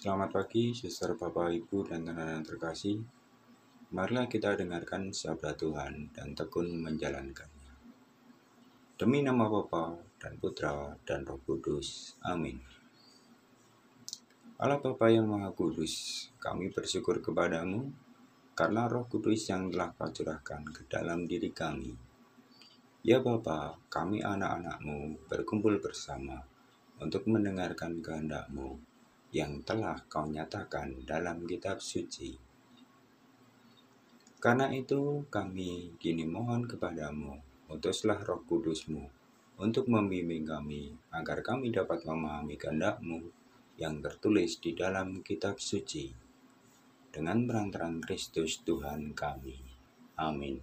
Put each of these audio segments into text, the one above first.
Selamat pagi, suster, Bapak, Ibu, dan teman-teman terkasih. Marilah kita dengarkan sabda Tuhan dan tekun menjalankannya. Demi nama Bapa dan Putra dan Roh Kudus. Amin. Allah Bapa yang Maha Kudus, kami bersyukur kepadamu karena Roh Kudus yang telah Kau curahkan ke dalam diri kami. Ya Bapa, kami anak-anak-Mu berkumpul bersama untuk mendengarkan kehendak-Mu yang telah Kau nyatakan dalam kitab suci. Karena itu kami kini mohon kepadamu, utuslah Roh Kudus-Mu untuk membimbing kami agar kami dapat memahami kehendak-Mu yang tertulis di dalam kitab suci dengan perantaraan Kristus Tuhan kami. Amin.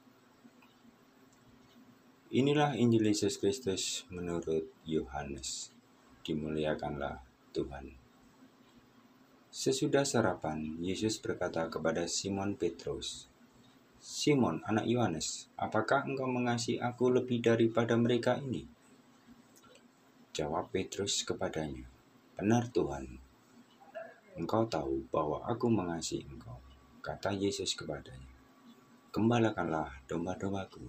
Inilah Injil Yesus Kristus menurut Yohanes. Dimuliakanlah Tuhan. Sesudah sarapan, Yesus berkata kepada Simon Petrus, "Simon, anak Yohanes, apakah engkau mengasihi aku lebih daripada mereka ini?" Jawab Petrus kepadanya, "Benar Tuhan, engkau tahu bahwa aku mengasihi engkau." Kata Yesus kepadanya, "Gembalakanlah domba-dombaku."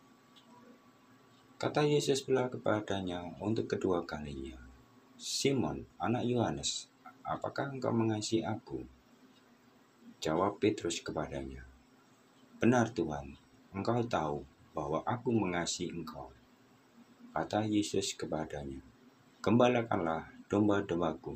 Kata Yesus pula kepadanya untuk kedua kalinya, "Simon, anak Yohanes, apakah engkau mengasihi aku?" Jawab Petrus kepadanya, "Benar Tuhan, engkau tahu bahwa aku mengasihi engkau." Kata Yesus kepadanya, "Gembalakanlah domba-dombaku."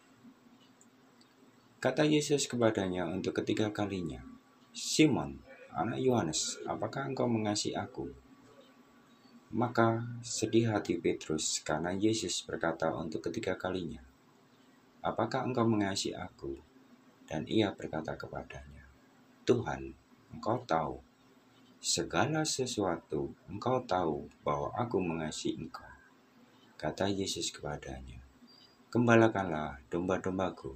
Kata Yesus kepadanya untuk ketiga kalinya, "Simon, anak Yohanes, apakah engkau mengasihi aku?" Maka sedih hati Petrus karena Yesus berkata untuk ketiga kalinya, "Apakah engkau mengasihi aku?" Dan ia berkata kepadanya, "Tuhan, engkau tahu segala sesuatu, engkau tahu bahwa aku mengasihi engkau." Kata Yesus kepadanya, "Gembalakanlah domba-dombaku."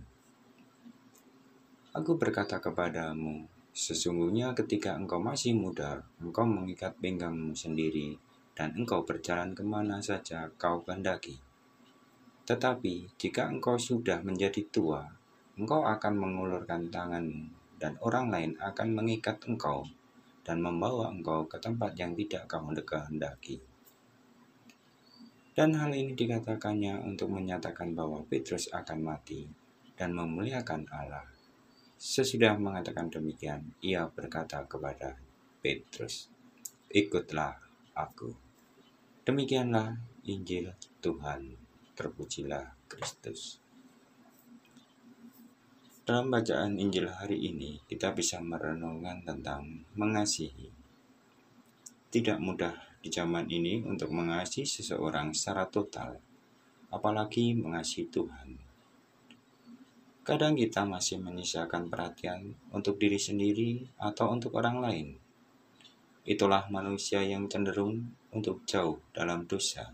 Aku berkata kepadamu, sesungguhnya ketika engkau masih muda, engkau mengikat pinggangmu sendiri, dan engkau berjalan kemana saja kau kehendaki. Tetapi jika engkau sudah menjadi tua, engkau akan mengulurkan tanganmu, dan orang lain akan mengikat engkau, dan membawa engkau ke tempat yang tidak kau kehendaki. Dan hal ini dikatakannya untuk menyatakan bahwa Petrus akan mati dan memuliakan Allah. Sesudah mengatakan demikian, ia berkata kepada Petrus, "Ikutlah aku." Demikianlah Injil Tuhan. Terpujilah Kristus. Dalam bacaan Injil hari ini, kita bisa merenungkan tentang mengasihi. Tidak mudah di zaman ini untuk mengasihi seseorang secara total, apalagi mengasihi Tuhan. Kadang kita masih menyisakan perhatian untuk diri sendiri atau untuk orang lain. Itulah manusia yang cenderung untuk jauh dalam dosa.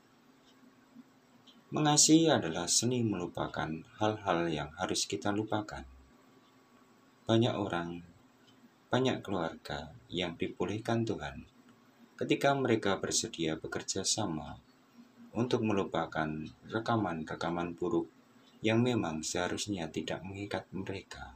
Mengasihi adalah seni melupakan hal-hal yang harus kita lupakan. Banyak orang, banyak keluarga yang dipulihkan Tuhan ketika mereka bersedia bekerja sama untuk melupakan rekaman-rekaman buruk yang memang seharusnya tidak mengikat mereka.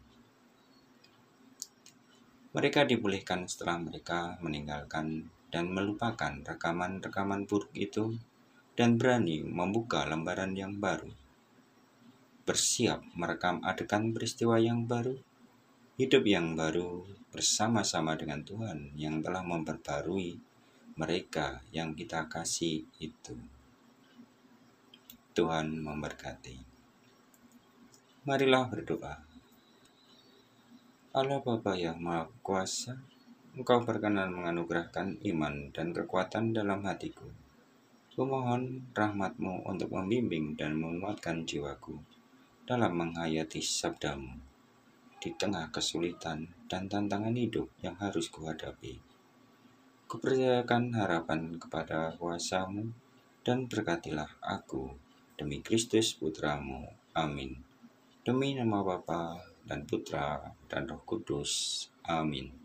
Mereka dipulihkan setelah mereka meninggalkan dan melupakan rekaman-rekaman buruk itu dan berani membuka lembaran yang baru. Bersiap merekam adegan peristiwa yang baru, hidup yang baru bersama-sama dengan Tuhan yang telah memperbarui mereka yang kita kasih itu. Tuhan memberkati. Marilah berdoa. Allah Bapa yang Maha Kuasa, Engkau berkenan menganugerahkan iman dan kekuatan dalam hatiku. Kumohon rahmat-Mu untuk membimbing dan menguatkan jiwaku dalam menghayati sabda-Mu di tengah kesulitan dan tantangan hidup yang harus kuhadapi. Kupercayakan harapan kepada kuasa-Mu dan berkatilah aku demi Kristus Putra-Mu. Amin. Demi nama Bapa dan Putra dan Roh Kudus. Amin.